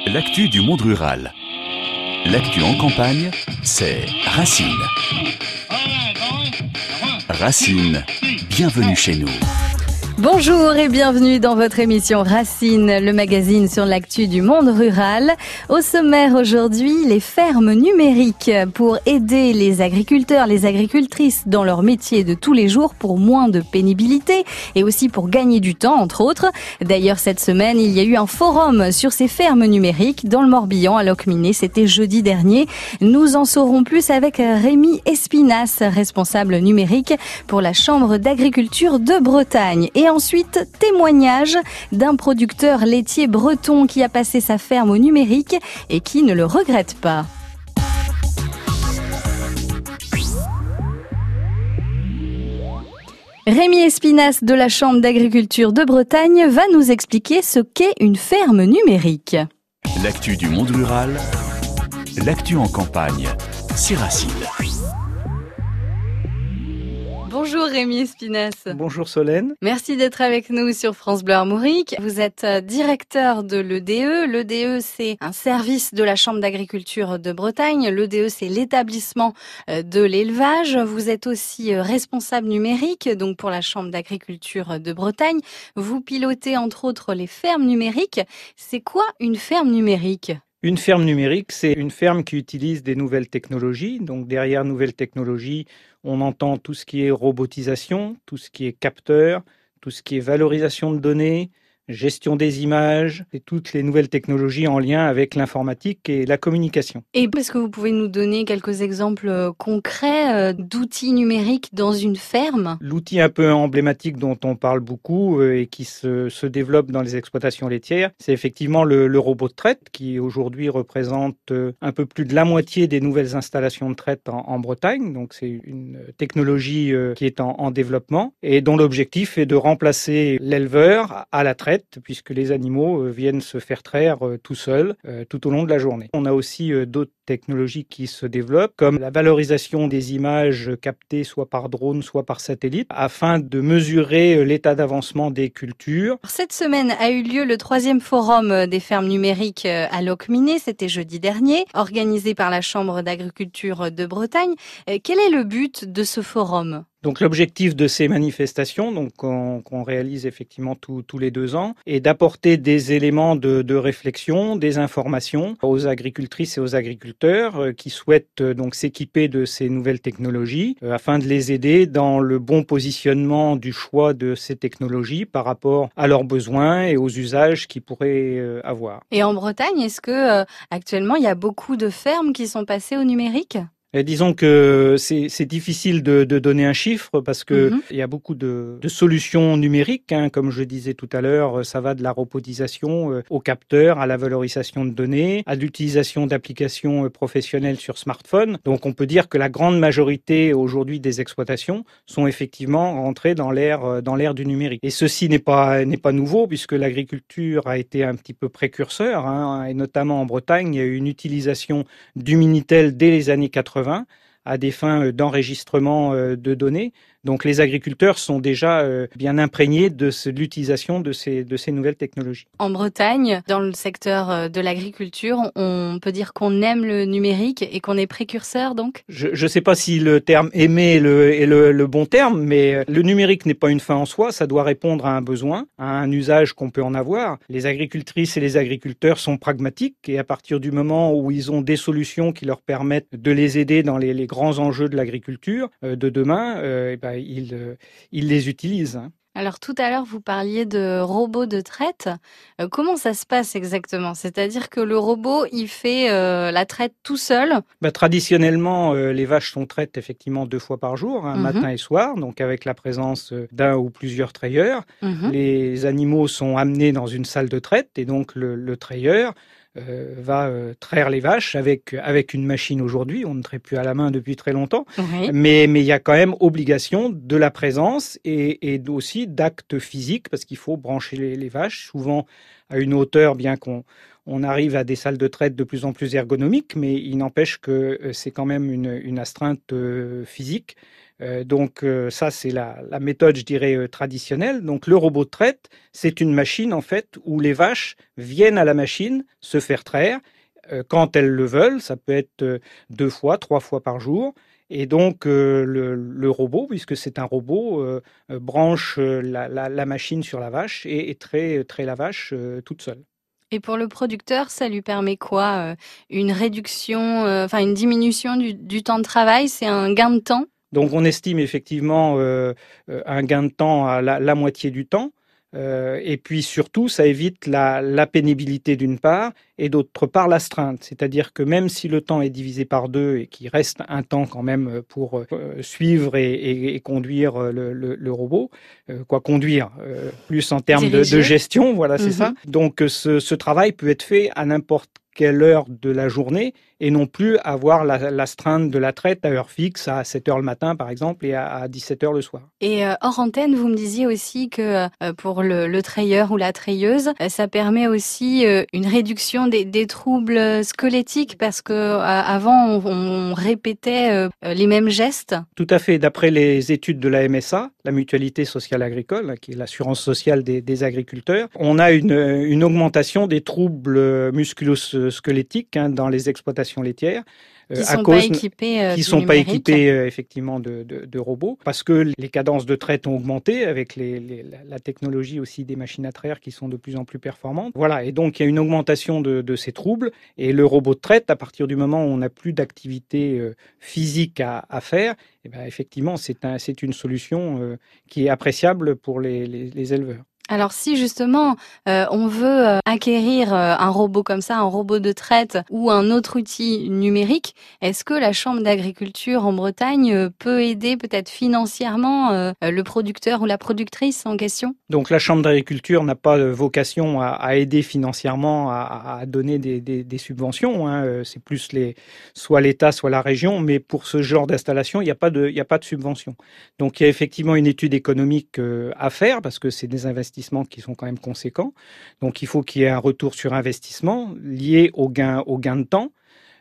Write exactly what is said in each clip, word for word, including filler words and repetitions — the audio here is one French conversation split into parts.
L'actu du monde rural. L'actu en campagne, c'est Racine. Racine, bienvenue chez nous. Bonjour et bienvenue dans votre émission Racine, le magazine sur l'actu du monde rural. Au sommaire aujourd'hui, les fermes numériques pour aider les agriculteurs, les agricultrices dans leur métier de tous les jours pour moins de pénibilité et aussi pour gagner du temps, entre autres. D'ailleurs, cette semaine, il y a eu un forum sur ces fermes numériques dans le Morbihan à Locminé. C'était jeudi dernier. Nous en saurons plus avec Rémi Espinas, responsable numérique pour la Chambre d'agriculture de Bretagne. Et ensuite, témoignage d'un producteur laitier breton qui a passé sa ferme au numérique et qui ne le regrette pas. Rémi Espinas de la Chambre d'agriculture de Bretagne va nous expliquer ce qu'est une ferme numérique. L'actu du monde rural, l'actu en campagne, c'est Racine. Bonjour Rémi Espinas. Bonjour Solène. Merci d'être avec nous sur France Bleu Armorique. Vous êtes directeur de l'E D E. L'E D E, c'est un service de la Chambre d'agriculture de Bretagne. L'E D E, c'est l'établissement de l'élevage. Vous êtes aussi responsable numérique, donc pour la Chambre d'agriculture de Bretagne. Vous pilotez entre autres les fermes numériques. C'est quoi une ferme numérique ? Une ferme numérique, c'est une ferme qui utilise des nouvelles technologies. Donc derrière nouvelles technologies, on entend tout ce qui est robotisation, tout ce qui est capteur, tout ce qui est valorisation de données, gestion des images et toutes les nouvelles technologies en lien avec l'informatique et la communication. Et est-ce que vous pouvez nous donner quelques exemples concrets d'outils numériques dans une ferme ? L'outil un peu emblématique dont on parle beaucoup et qui se, se développe dans les exploitations laitières, c'est effectivement le, le robot de traite qui aujourd'hui représente un peu plus de la moitié des nouvelles installations de traite en, en Bretagne. Donc c'est une technologie qui est en, en développement et dont l'objectif est de remplacer l'éleveur à la traite, puisque les animaux viennent se faire traire tout seuls tout au long de la journée. On a aussi d'autres technologies qui se développent, comme la valorisation des images captées soit par drone, soit par satellite, afin de mesurer l'état d'avancement des cultures. Cette semaine a eu lieu le troisième forum des fermes numériques à Locminé, c'était jeudi dernier, organisé par la Chambre d'agriculture de Bretagne. Quel est le but de ce forum ? Donc l'objectif de ces manifestations, donc qu'on, qu'on réalise effectivement tous, tous les deux ans, est d'apporter des éléments de, de réflexion, des informations aux agricultrices et aux agriculteurs euh, qui souhaitent euh, donc s'équiper de ces nouvelles technologies euh, afin de les aider dans le bon positionnement du choix de ces technologies par rapport à leurs besoins et aux usages qu'ils pourraient euh, avoir. Et en Bretagne, est-ce que euh, actuellement il y a beaucoup de fermes qui sont passées au numérique ? Et disons que c'est, c'est difficile de, de donner un chiffre parce que mmh. il y a beaucoup de, de solutions numériques, hein, comme je disais tout à l'heure, ça va de la robotisation euh, au capteur, à la valorisation de données, à l'utilisation d'applications euh, professionnelles sur smartphone. Donc on peut dire que la grande majorité aujourd'hui des exploitations sont effectivement rentrées dans l'ère euh, dans l'ère du numérique. Et ceci n'est pas n'est pas nouveau puisque l'agriculture a été un petit peu précurseur, hein, et notamment en Bretagne, il y a eu une utilisation du Minitel dès les années quatre-vingts à des fins d'enregistrement de données. Donc les agriculteurs sont déjà bien imprégnés de, ce, de l'utilisation de ces, de ces nouvelles technologies. En Bretagne, dans le secteur de l'agriculture, on peut dire qu'on aime le numérique et qu'on est précurseur donc ? Je ne sais pas si le terme aimer est, le, est le, le bon terme, mais le numérique n'est pas une fin en soi, ça doit répondre à un besoin, à un usage qu'on peut en avoir. Les agricultrices et les agriculteurs sont pragmatiques et à partir du moment où ils ont des solutions qui leur permettent de les aider dans les, les grands enjeux de l'agriculture euh, de demain, euh, et ben, Ils, euh, ils les utilisent. Alors tout à l'heure, vous parliez de robots de traite. Euh, comment ça se passe exactement ? C'est-à-dire que le robot, il fait euh, la traite tout seul ? Bah, traditionnellement, euh, les vaches sont traites effectivement deux fois par jour, hein, mm-hmm. matin et soir, donc avec la présence d'un ou plusieurs trayeurs. Mm-hmm. Les animaux sont amenés dans une salle de traite et donc le, le trayeur Euh, va euh, traire les vaches avec avec une machine aujourd'hui. On ne traite plus à la main depuis très longtemps, oui. mais mais il y a quand même obligation de la présence et, et aussi d'actes physiques parce qu'il faut brancher les, les vaches souvent à une hauteur, bien qu'on on arrive à des salles de traite de plus en plus ergonomiques, mais il n'empêche que c'est quand même une, une astreinte euh, physique Euh, donc euh, ça, c'est la, la méthode, je dirais, euh, traditionnelle. Donc le robot de traite, c'est une machine en fait où les vaches viennent à la machine se faire traire euh, quand elles le veulent. Ça peut être euh, deux fois, trois fois par jour. Et donc euh, le, le robot, puisque c'est un robot, euh, euh, branche euh, la, la, la machine sur la vache et, et traite, traite la vache euh, toute seule. Et pour le producteur, ça lui permet quoi? Une réduction, euh, enfin une diminution du, du temps de travail? C'est un gain de temps? Donc on estime effectivement euh, un gain de temps à la, la moitié du temps. Euh, et puis surtout, ça évite la, la pénibilité d'une part et d'autre part l'astreinte. C'est-à-dire que même si le temps est divisé par deux et qu'il reste un temps quand même pour euh, suivre et, et, et conduire le, le, le robot, euh, quoi conduire, euh, plus en termes de, de gestion, voilà, c'est mm-hmm. ça. Donc ce, ce travail peut être fait à n'importe quelle heure de la journée et non plus avoir la, l'astreinte de la traite à heure fixe, à sept heures le matin par exemple et à, à dix-sept heures le soir. Et euh, hors antenne, vous me disiez aussi que euh, pour le, le trayeur ou la treilleuse, euh, ça permet aussi euh, une réduction des, des troubles squelettiques parce que euh, avant on, on répétait euh, les mêmes gestes. Tout à fait. D'après les études de la M S A, la Mutualité Sociale Agricole, qui est l'assurance sociale des, des agriculteurs, on a une, une augmentation des troubles musculo-squelettiques hein, dans les exploitations laitières. Qui ne sont pas équipés, euh, qui sont pas équipés euh, effectivement de, de, de robots, parce que les cadences de traite ont augmenté avec les, les, la technologie aussi des machines à traire qui sont de plus en plus performantes. Voilà, et donc il y a une augmentation de, de ces troubles, et le robot de traite, à partir du moment où on n'a plus d'activité euh, physique à, à faire, et ben effectivement c'est, un, c'est une solution euh, qui est appréciable pour les, les, les éleveurs. Alors si justement euh, on veut euh, acquérir euh, un robot comme ça, un robot de traite ou un autre outil numérique, est-ce que la Chambre d'agriculture en Bretagne euh, peut aider peut-être financièrement euh, le producteur ou la productrice en question? Donc la Chambre d'agriculture n'a pas vocation à, à aider financièrement, à, à donner des, des, des subventions. Hein. C'est plus les, soit l'État, soit la région, mais pour ce genre d'installation, il n'y a pas de, il n'y a pas de subvention. Donc il y a effectivement une étude économique euh, à faire parce que c'est des investissements qui sont quand même conséquents. Donc, il faut qu'il y ait un retour sur investissement lié au gain, au gain de temps.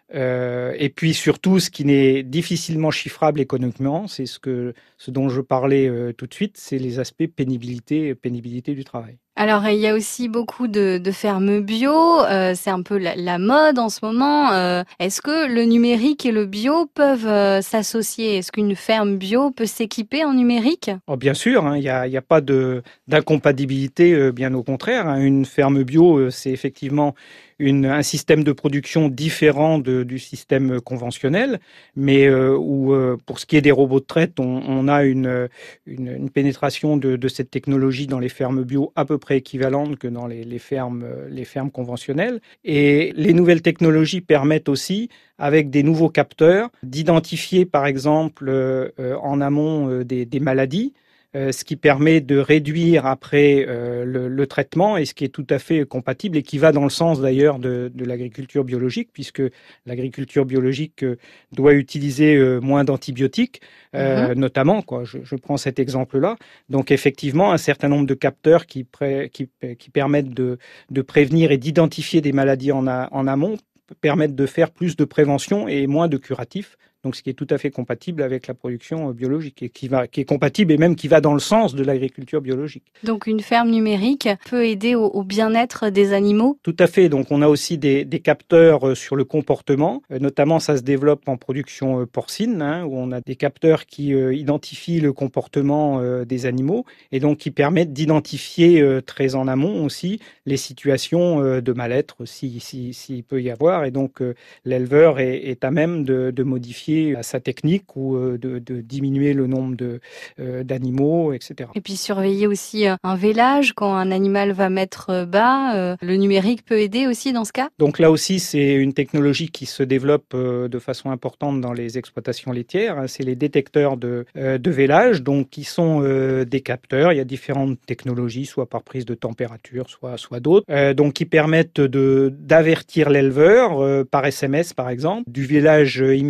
Euh, et puis surtout, ce qui n'est difficilement chiffrable économiquement, c'est ce, que, ce dont je parlais euh, tout de suite, c'est les aspects pénibilité, pénibilité du travail. Alors, il y a aussi beaucoup de, de fermes bio, euh, c'est un peu la, la mode en ce moment. Euh, est-ce que le numérique et le bio peuvent euh, s'associer? Est-ce qu'une ferme bio peut s'équiper en numérique? Oh, bien sûr, il hein, n'y a, y a pas de, d'incompatibilité, euh, bien au contraire. Hein. Une ferme bio, euh, c'est effectivement une, un système de production différent de, du système conventionnel, mais euh, où, euh, pour ce qui est des robots de traite, on, on a une, une, une pénétration de, de cette technologie dans les fermes bio à peu près équivalente que dans les, les, fermes, les fermes conventionnelles. Et les nouvelles technologies permettent aussi, avec des nouveaux capteurs, d'identifier par exemple euh, en amont euh, des, des maladies, Euh, ce qui permet de réduire après euh, le, le traitement et ce qui est tout à fait compatible et qui va dans le sens d'ailleurs de, de l'agriculture biologique puisque l'agriculture biologique euh, doit utiliser euh, moins d'antibiotiques, euh, mmh. notamment, quoi. Je, je prends cet exemple-là. Donc effectivement, un certain nombre de capteurs qui, pré, qui, qui permettent de, de prévenir et d'identifier des maladies en, a, en amont permettent de faire plus de prévention et moins de curatifs. Donc, ce qui est tout à fait compatible avec la production biologique et qui, va, qui est compatible et même qui va dans le sens de l'agriculture biologique. Donc, une ferme numérique peut aider au, au bien-être des animaux? Tout à fait. Donc, on a aussi des, des capteurs sur le comportement. Notamment, ça se développe en production porcine, hein, où on a des capteurs qui euh, identifient le comportement euh, des animaux et donc qui permettent d'identifier euh, très en amont aussi les situations euh, de mal-être, s'il si, si, peut y avoir. Et donc, euh, l'éleveur est, est à même de, de modifier à sa technique ou de, de diminuer le nombre de, euh, d'animaux, et cetera. Et puis surveiller aussi un vélage quand un animal va mettre bas. Euh, le numérique peut aider aussi dans ce cas? Donc là aussi, c'est une technologie qui se développe euh, de façon importante dans les exploitations laitières. C'est les détecteurs de, euh, de vélage, donc qui sont euh, des capteurs. Il y a différentes technologies, soit par prise de température, soit, soit d'autres, euh, donc qui permettent de, d'avertir l'éleveur euh, par S M S par exemple, du vélage imminent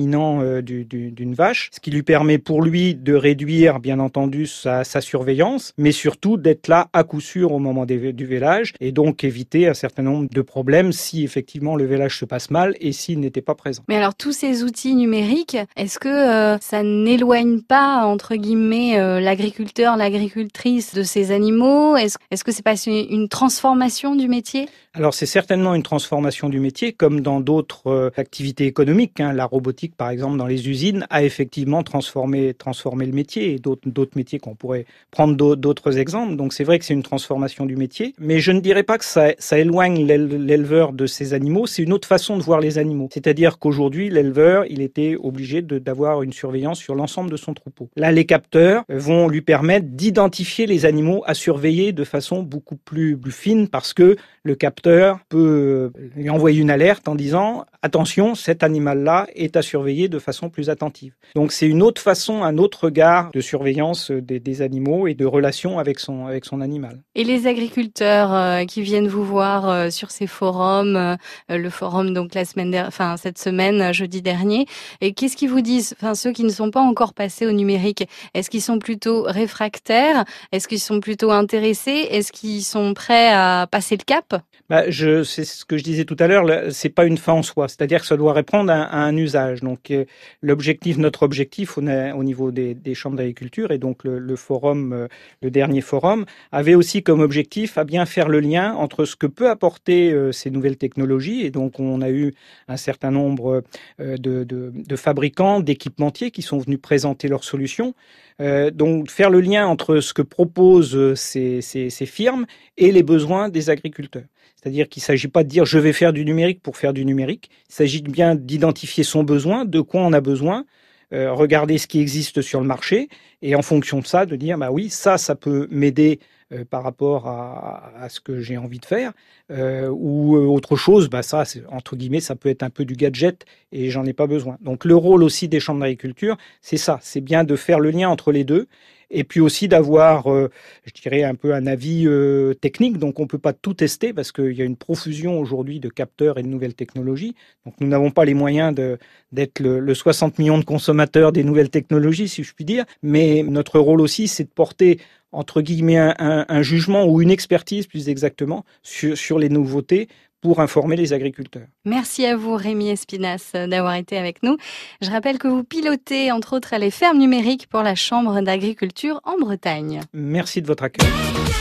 euh, du, du, d'une vache, ce qui lui permet pour lui de réduire, bien entendu, sa, sa surveillance, mais surtout d'être là à coup sûr au moment des, du vélage et donc éviter un certain nombre de problèmes si effectivement le vélage se passe mal et s'il n'était pas présent. Mais alors tous ces outils numériques, est-ce que euh, ça n'éloigne pas entre guillemets euh, l'agriculteur, l'agricultrice de ces animaux? Est-ce, est-ce que c'est pas une transformation du métier? Alors c'est certainement une transformation du métier, comme dans d'autres euh, activités économiques. Hein. La robotique, par exemple, dans les usines, a effectivement transformé, transformé le métier et d'autres, d'autres métiers qu'on pourrait prendre d'autres exemples. Donc c'est vrai que c'est une transformation du métier, mais je ne dirais pas que ça, ça éloigne l'éleveur de ces animaux. C'est une autre façon de voir les animaux. C'est-à-dire qu'aujourd'hui, l'éleveur, il était obligé de, d'avoir une surveillance sur l'ensemble de son troupeau. Là, les capteurs vont lui permettre d'identifier les animaux à surveiller de façon beaucoup plus, plus fine parce que le capteur peut lui envoyer une alerte en disant « Attention, cet animal-là est à surveiller de façon plus attentive ». Donc c'est une autre façon, un autre regard de surveillance des, des animaux et de relation avec son, avec son animal. Et les agriculteurs euh, qui viennent vous voir euh, sur ces forums, euh, le forum donc la semaine der- enfin cette semaine, jeudi dernier, et qu'est-ce qu'ils vous disent? Enfin ceux qui ne sont pas encore passés au numérique, est-ce qu'ils sont plutôt réfractaires? Est-ce qu'ils sont plutôt intéressés? Est-ce qu'ils sont prêts à passer le cap? Bah, je, c'est ce que je disais tout à l'heure, c'est pas une fin en soi, c'est-à-dire que ça doit répondre à, à un usage. Donc, euh, l'objectif, notre objectif au, au niveau des, des chambres d'agriculture et donc le, le forum, euh, le dernier forum, avait aussi comme objectif à bien faire le lien entre ce que peut apporter euh, ces nouvelles technologies. Et donc, on a eu un certain nombre euh, de, de, de fabricants, d'équipementiers qui sont venus présenter leurs solutions. Euh, donc, faire le lien entre ce que proposent ces, ces, ces firmes et les besoins des agriculteurs. C'est-à-dire qu'il ne s'agit pas de dire « je vais faire du numérique pour faire du numérique ». Il s'agit bien d'identifier son besoin, de quoi on a besoin, euh, regarder ce qui existe sur le marché et en fonction de ça, de dire bah « oui, ça, ça peut m'aider euh, par rapport à, à ce que j'ai envie de faire euh, » ou euh, autre chose, bah ça, c'est, entre guillemets, ça peut être un peu du gadget et j'en ai pas besoin. Donc le rôle aussi des chambres d'agriculture, c'est ça, c'est bien de faire le lien entre les deux. Et puis aussi d'avoir, euh, je dirais, un peu un avis euh, technique. Donc, on ne peut pas tout tester parce qu'il y a une profusion aujourd'hui de capteurs et de nouvelles technologies. Donc, nous n'avons pas les moyens de, d'être le, le soixante millions de consommateurs des nouvelles technologies, si je puis dire. Mais notre rôle aussi, c'est de porter, entre guillemets, un, un, un jugement ou une expertise, plus exactement, sur, sur les nouveautés pour informer les agriculteurs. Merci à vous, Rémi Espinas, d'avoir été avec nous. Je rappelle que vous pilotez, entre autres, les fermes numériques pour la Chambre d'agriculture en Bretagne. Merci de votre accueil.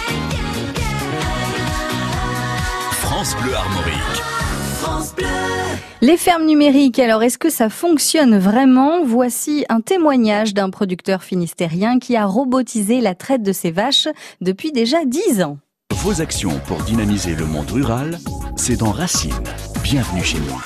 France Bleu Armorique. France Bleu. Les fermes numériques, alors est-ce que ça fonctionne vraiment? Voici un témoignage d'un producteur finistérien qui a robotisé la traite de ses vaches depuis déjà dix ans. Vos actions pour dynamiser le monde rural, c'est dans Racine. Bienvenue chez nous.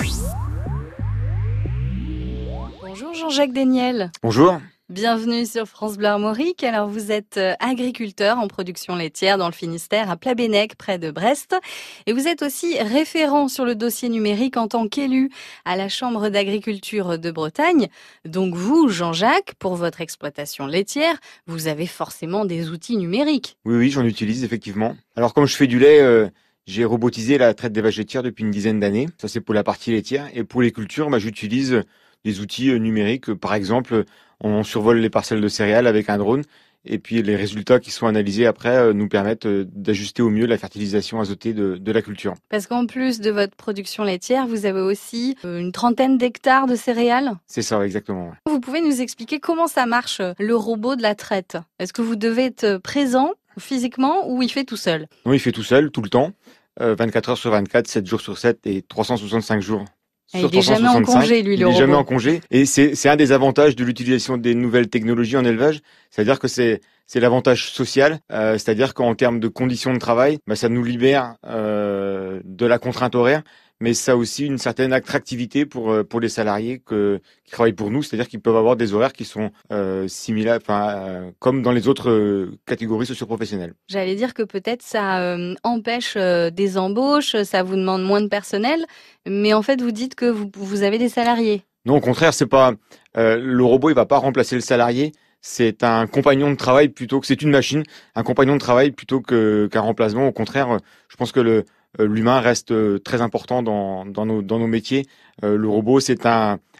Bonjour Jean-Jacques Desniel. Bonjour. Bienvenue sur France Bleu Armorique. Alors vous êtes agriculteur en production laitière dans le Finistère à Plabennec près de Brest et vous êtes aussi référent sur le dossier numérique en tant qu'élu à la Chambre d'agriculture de Bretagne. Donc vous, Jean-Jacques, pour votre exploitation laitière, vous avez forcément des outils numériques. Oui, oui, j'en utilise effectivement. Alors comme je fais du lait, euh, j'ai robotisé la traite des vaches laitières depuis une dizaine d'années. Ça c'est pour la partie laitière. Et pour les cultures, bah, j'utilise des outils euh, numériques. Par exemple, on survole les parcelles de céréales avec un drone et puis les résultats qui sont analysés après euh, nous permettent euh, d'ajuster au mieux la fertilisation azotée de, de la culture. Parce qu'en plus de votre production laitière, vous avez aussi euh, une trentaine d'hectares de céréales. C'est ça, exactement. Ouais. Vous pouvez nous expliquer comment ça marche, le robot de la traite? Est-ce que vous devez être présent physiquement ou il fait tout seul? Non, il fait tout seul, tout le temps, euh, vingt-quatre heures sur vingt-quatre, sept jours sur sept et trois cent soixante-cinq jours. Il n'est jamais en congé, lui, le robot. Il n'est jamais en congé. Et c'est, c'est un des avantages de l'utilisation des nouvelles technologies en élevage. C'est-à-dire que c'est, c'est l'avantage social. Euh, c'est-à-dire qu'en termes de conditions de travail, bah, ça nous libère euh, de la contrainte horaire. Mais ça a aussi une certaine attractivité pour pour les salariés que, qui travaillent pour nous, c'est-à-dire qu'ils peuvent avoir des horaires qui sont euh, similaires, enfin euh, comme dans les autres euh, catégories socio-professionnelles. J'allais dire que peut-être ça euh, empêche euh, des embauches, ça vous demande moins de personnel, mais en fait vous dites que vous vous avez des salariés. Non, au contraire, c'est pas euh, le robot, il va pas remplacer le salarié. C'est un compagnon de travail plutôt que c'est une machine, un compagnon de travail plutôt que qu'un remplacement. Au contraire, je pense que le l'humain reste très important dans, dans, nos, dans nos métiers. Euh, le robot, c'est un,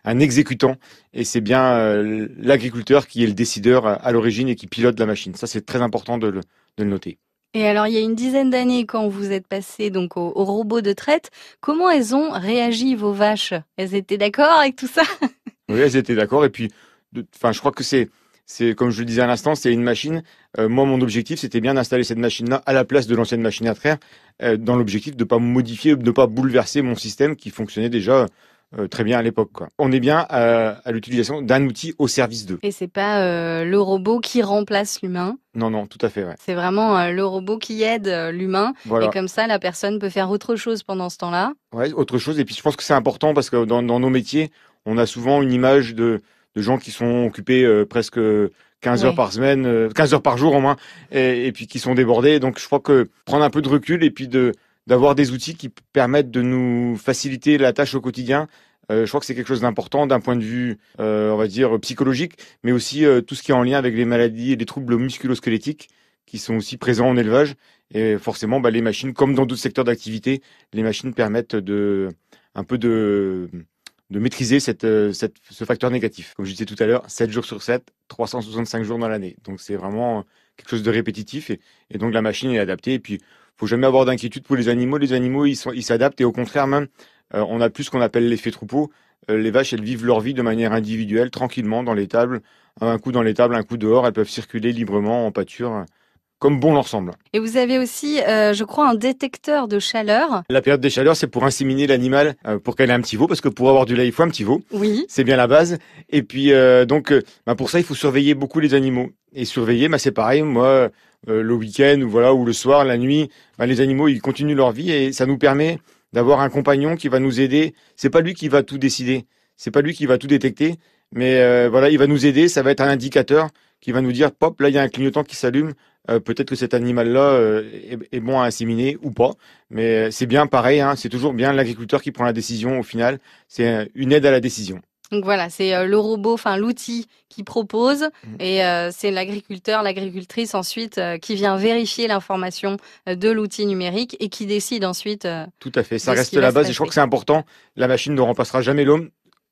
un exécutant. Et c'est bien euh, l'agriculteur qui est le décideur à, à l'origine et qui pilote la machine. Ça, c'est très important de le, de le noter. Et alors, il y a une dizaine d'années, quand vous êtes passé donc au, au robot de traite, comment elles ont réagi, vos vaches? Elles étaient d'accord avec tout ça? Oui, elles étaient d'accord. Et puis, enfin, je crois que c'est, c'est comme je le disais à l'instant, c'est une machine. Euh, moi, mon objectif, c'était bien d'installer cette machine-là à la place de l'ancienne machine à traire, euh, dans l'objectif de ne pas modifier, de ne pas bouleverser mon système qui fonctionnait déjà euh, très bien à l'époque, quoi. On est bien à, à l'utilisation d'un outil au service d'eux. Et c'est pas euh, le robot qui remplace l'humain. Non, non, tout à fait, ouais. C'est vraiment euh, le robot qui aide euh, l'humain. Voilà. Et comme ça, la personne peut faire autre chose pendant ce temps-là. Ouais, autre chose. Et puis, je pense que c'est important parce que dans, dans nos métiers, on a souvent une image de, de gens qui sont occupés euh, presque quinze Ouais. heures par semaine, euh, quinze heures par jour au moins, et, et puis qui sont débordés. Donc, je crois que prendre un peu de recul et puis de d'avoir des outils qui permettent de nous faciliter la tâche au quotidien, euh, je crois que c'est quelque chose d'important d'un point de vue, euh, on va dire, psychologique, mais aussi euh, tout ce qui est en lien avec les maladies et les troubles musculo-squelettiques qui sont aussi présents en élevage. Et forcément, bah, les machines, comme dans d'autres secteurs d'activité, les machines permettent de un peu de de maîtriser cette, cette, ce facteur négatif. Comme je disais tout à l'heure, sept jours sur sept, trois cent soixante-cinq jours dans l'année. Donc c'est vraiment quelque chose de répétitif et, et donc la machine est adaptée. Et puis, faut jamais avoir d'inquiétude pour les animaux. Les animaux, ils sont, ils s'adaptent et au contraire même, euh, on a plus ce qu'on appelle l'effet troupeau. Euh, les vaches, elles vivent leur vie de manière individuelle, tranquillement dans l'étable. Un coup dans l'étable, un coup dehors. Elles peuvent circuler librement en pâture, comme bon leur semble. Et vous avez aussi, euh, je crois, un détecteur de chaleur. La période des chaleurs, c'est pour inséminer l'animal, euh, pour qu'elle ait un petit veau, parce que pour avoir du lait, il faut un petit veau. Oui. C'est bien la base. Et puis, euh, donc, euh, bah pour ça, il faut surveiller beaucoup les animaux. Et surveiller, bah, c'est pareil. Moi, euh, le week-end, ou voilà, ou le soir, la nuit, bah, les animaux, ils continuent leur vie et ça nous permet d'avoir un compagnon qui va nous aider. C'est pas lui qui va tout décider. C'est pas lui qui va tout détecter. Mais euh, voilà, il va nous aider. Ça va être un indicateur qui va nous dire, pop, là, il y a un clignotant qui s'allume. Euh, peut-être que cet animal-là euh, est, est bon à inséminer ou pas. Mais c'est bien pareil, hein, c'est toujours bien l'agriculteur qui prend la décision au final. C'est une aide à la décision. Donc voilà, c'est euh, le robot, enfin l'outil qui propose Mmh. et euh, c'est l'agriculteur, l'agricultrice ensuite euh, qui vient vérifier l'information euh, de l'outil numérique et qui décide ensuite. Euh, Tout à fait, ça de ce reste qui va la se base et je crois passer. que c'est important. La machine ne remplacera jamais l'homme.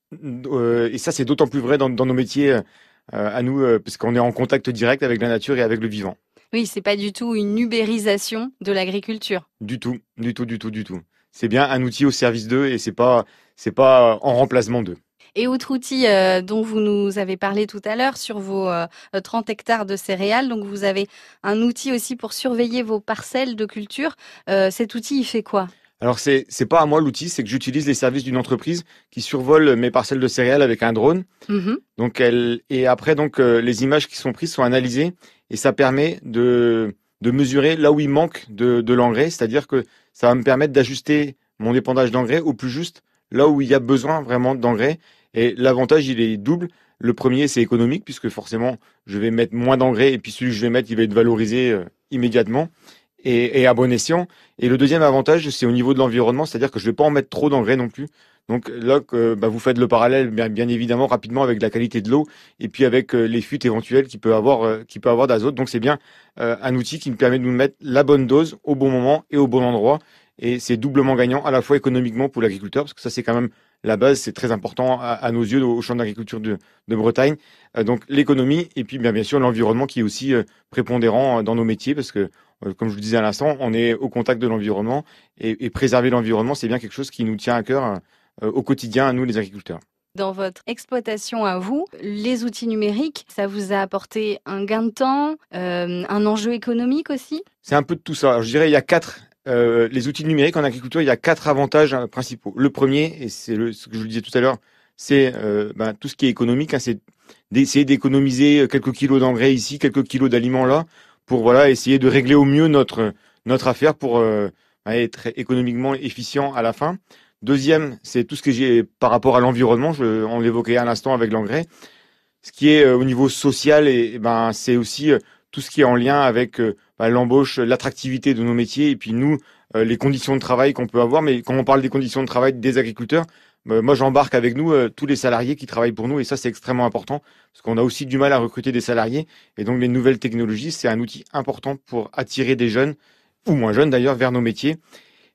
Euh, et ça, c'est d'autant plus vrai dans, dans nos métiers euh, à nous, euh, parce qu'on est en contact direct avec la nature et avec le vivant. Oui, c'est pas du tout une ubérisation de l'agriculture. Du tout, du tout, du tout, du tout. C'est bien un outil au service d'eux et c'est pas, c'est pas en remplacement d'eux. Et autre outil euh, dont vous nous avez parlé tout à l'heure sur vos euh, trente hectares de céréales, donc vous avez un outil aussi pour surveiller vos parcelles de culture. Euh, cet outil, il fait quoi? Alors c'est c'est pas à moi l'outil, c'est que j'utilise les services d'une entreprise qui survole mes parcelles de céréales avec un drone. Mhm. Donc elle et après donc euh, les images qui sont prises sont analysées et ça permet de de mesurer là où il manque de de l'engrais, c'est-à-dire que ça va me permettre d'ajuster mon épandage d'engrais au plus juste là où il y a besoin vraiment d'engrais. Et l'avantage il est double. Le premier c'est économique puisque forcément je vais mettre moins d'engrais et puis celui que je vais mettre il va être valorisé euh, immédiatement. Et, et à bon escient. Et le deuxième avantage, c'est au niveau de l'environnement, c'est-à-dire que je ne vais pas en mettre trop d'engrais non plus. Donc là, que, bah, vous faites le parallèle, bien, bien évidemment, rapidement avec la qualité de l'eau et puis avec euh, les fuites éventuelles qu'il peut avoir, euh, qu'il peut avoir d'azote. Donc c'est bien euh, un outil qui nous permet de nous mettre la bonne dose au bon moment et au bon endroit. Et c'est doublement gagnant, à la fois économiquement pour l'agriculteur, parce que ça c'est quand même la base, c'est très important à, à nos yeux au champ d'agriculture de, de Bretagne. Euh, donc l'économie et puis bien, bien sûr l'environnement qui est aussi euh, prépondérant dans nos métiers, parce que comme je vous le disais à l'instant, on est au contact de l'environnement et, et préserver l'environnement, c'est bien quelque chose qui nous tient à cœur euh, au quotidien, à nous les agriculteurs. Dans votre exploitation à vous, les outils numériques, ça vous a apporté un gain de temps, euh, un enjeu économique aussi? C'est un peu de tout ça. Alors, je dirais il y a quatre, euh, les outils numériques en agriculture, il y a quatre avantages hein, principaux. Le premier, et c'est le, ce que je vous disais tout à l'heure, c'est euh, ben, tout ce qui est économique, hein, c'est d'essayer d'économiser quelques kilos d'engrais ici, quelques kilos d'aliments là, pour voilà essayer de régler au mieux notre notre affaire pour euh, être économiquement efficient à la fin. Deuxième, c'est tout ce que j'ai par rapport à l'environnement. Je, on l'évoquait à l'instant avec l'engrais. Ce qui est euh, au niveau social, et, et ben c'est aussi euh, tout ce qui est en lien avec euh, ben, l'embauche, l'attractivité de nos métiers, et puis nous euh, les conditions de travail qu'on peut avoir. Mais quand on parle des conditions de travail des agriculteurs, ben, moi j'embarque avec nous euh, tous les salariés qui travaillent pour nous, et ça c'est extrêmement important parce qu'on a aussi du mal à recruter des salariés. Et donc les nouvelles technologies, c'est un outil important pour attirer des jeunes ou moins jeunes d'ailleurs vers nos métiers.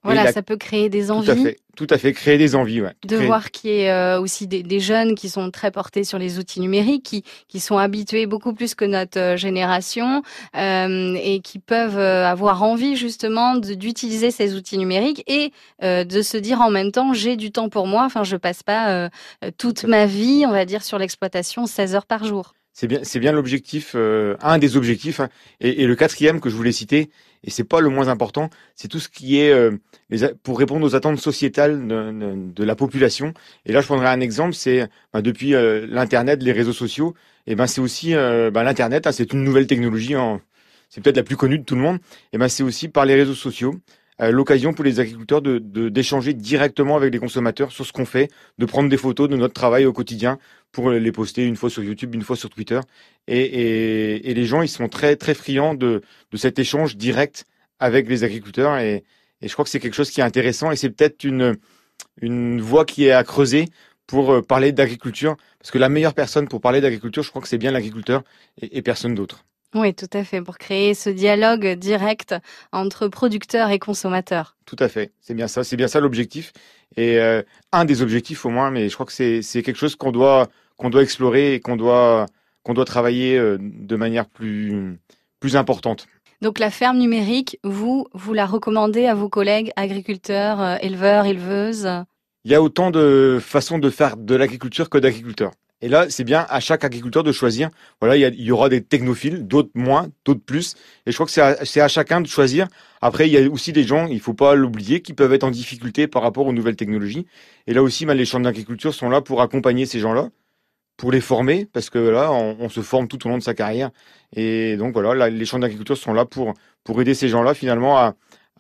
Voilà, la... ça peut créer des envies. Tout à fait, tout à fait, créer des envies, ouais. De créer... voir qu'il y ait euh, aussi des, des jeunes qui sont très portés sur les outils numériques, qui, qui sont habitués beaucoup plus que notre euh, génération euh, et qui peuvent euh, avoir envie justement de, d'utiliser ces outils numériques et euh, de se dire en même temps, j'ai du temps pour moi, enfin je passe pas euh, toute ma vie, on va dire, sur l'exploitation seize heures par jour. C'est bien, c'est bien l'objectif, euh, un des objectifs, hein. et, et le quatrième que je voulais citer, et c'est pas le moins important, c'est tout ce qui est euh, les, pour répondre aux attentes sociétales de, de, de la population. Et là, je prendrai un exemple, c'est ben, depuis euh, l'internet, les réseaux sociaux, et ben c'est aussi euh, ben, l'internet, hein, c'est une nouvelle technologie, hein, c'est peut-être la plus connue de tout le monde. Et ben c'est aussi par les réseaux sociaux. Euh, l'occasion pour les agriculteurs de, de, d'échanger directement avec les consommateurs sur ce qu'on fait, de prendre des photos de notre travail au quotidien pour les poster une fois sur YouTube, une fois sur Twitter. Et, et, et les gens, ils sont très, très friands de, de cet échange direct avec les agriculteurs. Et, et je crois que c'est quelque chose qui est intéressant et c'est peut-être une, une voie qui est à creuser pour parler d'agriculture. Parce que la meilleure personne pour parler d'agriculture, je crois que c'est bien l'agriculteur et, et personne d'autre. Oui, tout à fait, pour créer ce dialogue direct entre producteurs et consommateurs. Tout à fait, c'est bien ça, c'est bien ça l'objectif. Et euh, un des objectifs au moins, mais je crois que c'est, c'est quelque chose qu'on doit, qu'on doit explorer et qu'on doit, qu'on doit travailler euh, de manière plus, plus importante. Donc la ferme numérique, vous, vous la recommandez à vos collègues agriculteurs, euh, éleveurs, éleveuses ? Il y a autant de façons de faire de l'agriculture que d'agriculteurs. Et là, c'est bien à chaque agriculteur de choisir. Voilà, il y, a, il y aura des technophiles, d'autres moins, d'autres plus. Et je crois que c'est à, c'est à chacun de choisir. Après, il y a aussi des gens, il faut pas l'oublier, qui peuvent être en difficulté par rapport aux nouvelles technologies. Et là aussi, ben, les chambres d'agriculture sont là pour accompagner ces gens-là, pour les former, parce que là, on, on se forme tout au long de sa carrière. Et donc voilà, là, les chambres d'agriculture sont là pour pour aider ces gens-là finalement à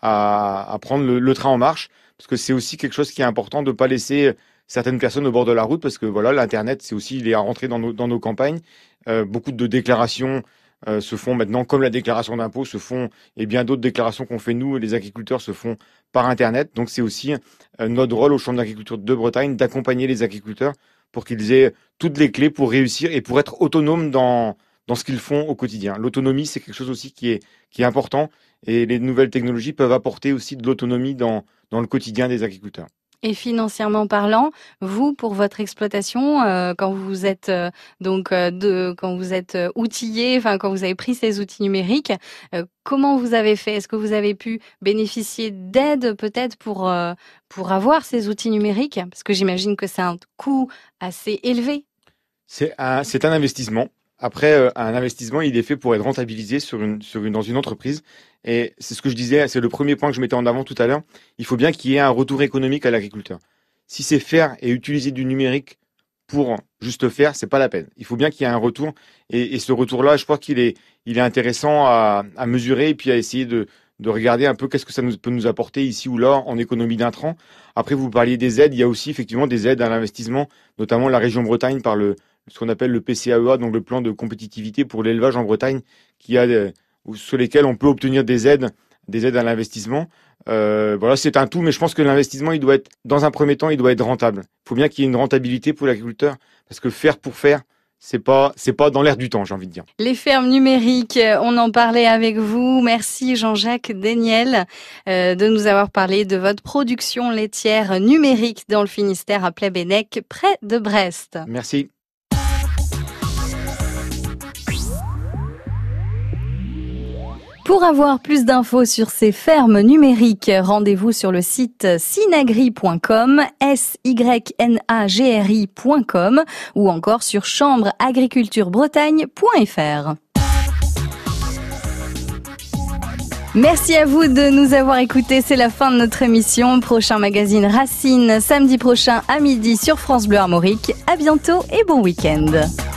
à, à prendre le, le train en marche, parce que c'est aussi quelque chose qui est important de pas laisser certaines personnes au bord de la route, parce que voilà, l'internet, c'est aussi, il est à rentrer dans nos, dans nos campagnes. Euh, beaucoup de déclarations euh, se font maintenant, comme la déclaration d'impôt, se font, et bien d'autres déclarations qu'on fait nous, les agriculteurs, se font par internet. Donc c'est aussi euh, notre rôle aux chambres d'agriculture de Bretagne d'accompagner les agriculteurs pour qu'ils aient toutes les clés pour réussir et pour être autonomes dans dans ce qu'ils font au quotidien. L'autonomie, c'est quelque chose aussi qui est qui est important, et les nouvelles technologies peuvent apporter aussi de l'autonomie dans dans le quotidien des agriculteurs. Et financièrement parlant, vous, pour votre exploitation, euh, quand vous êtes euh, donc euh, de, quand vous êtes euh, outillé, enfin quand vous avez pris ces outils numériques, euh, comment vous avez fait ? Est-ce que vous avez pu bénéficier d'aide peut-être pour euh, pour avoir ces outils numériques ? Parce que j'imagine que c'est un coût assez élevé. C'est un c'est un investissement. Après, euh, un investissement, il est fait pour être rentabilisé sur une, sur une, dans une entreprise. Et c'est ce que je disais, c'est le premier point que je mettais en avant tout à l'heure. Il faut bien qu'il y ait un retour économique à l'agriculteur. Si c'est faire et utiliser du numérique pour juste faire, c'est pas la peine. Il faut bien qu'il y ait un retour. Et, et ce retour-là, je crois qu'il est, il est intéressant à, à mesurer et puis à essayer de, de regarder un peu qu'est-ce que ça nous, peut nous apporter ici ou là en économie d'intrants. Après, vous parliez des aides. Il y a aussi effectivement des aides à l'investissement, notamment la région Bretagne par le ce qu'on appelle le P C A E A, donc le plan de compétitivité pour l'élevage en Bretagne, qui a, euh, sur lesquels on peut obtenir des aides, des aides à l'investissement. Euh, voilà, c'est un tout, mais je pense que l'investissement, il doit être, dans un premier temps, il doit être rentable. Il faut bien qu'il y ait une rentabilité pour l'agriculteur, parce que faire pour faire, c'est pas, c'est pas dans l'air du temps, j'ai envie de dire. Les fermes numériques, on en parlait avec vous. Merci Jean-Jacques Daniel euh, de nous avoir parlé de votre production laitière numérique dans le Finistère à Plébennec, près de Brest. Merci. Pour avoir plus d'infos sur ces fermes numériques, rendez-vous sur le site synagri point com, S Y N A G R I point com ou encore sur chambre agriculture bretagne point F R. Merci à vous de nous avoir écoutés. C'est la fin de notre émission. Prochain magazine Racine, samedi prochain à midi sur France Bleu Armorique. À bientôt et bon week-end.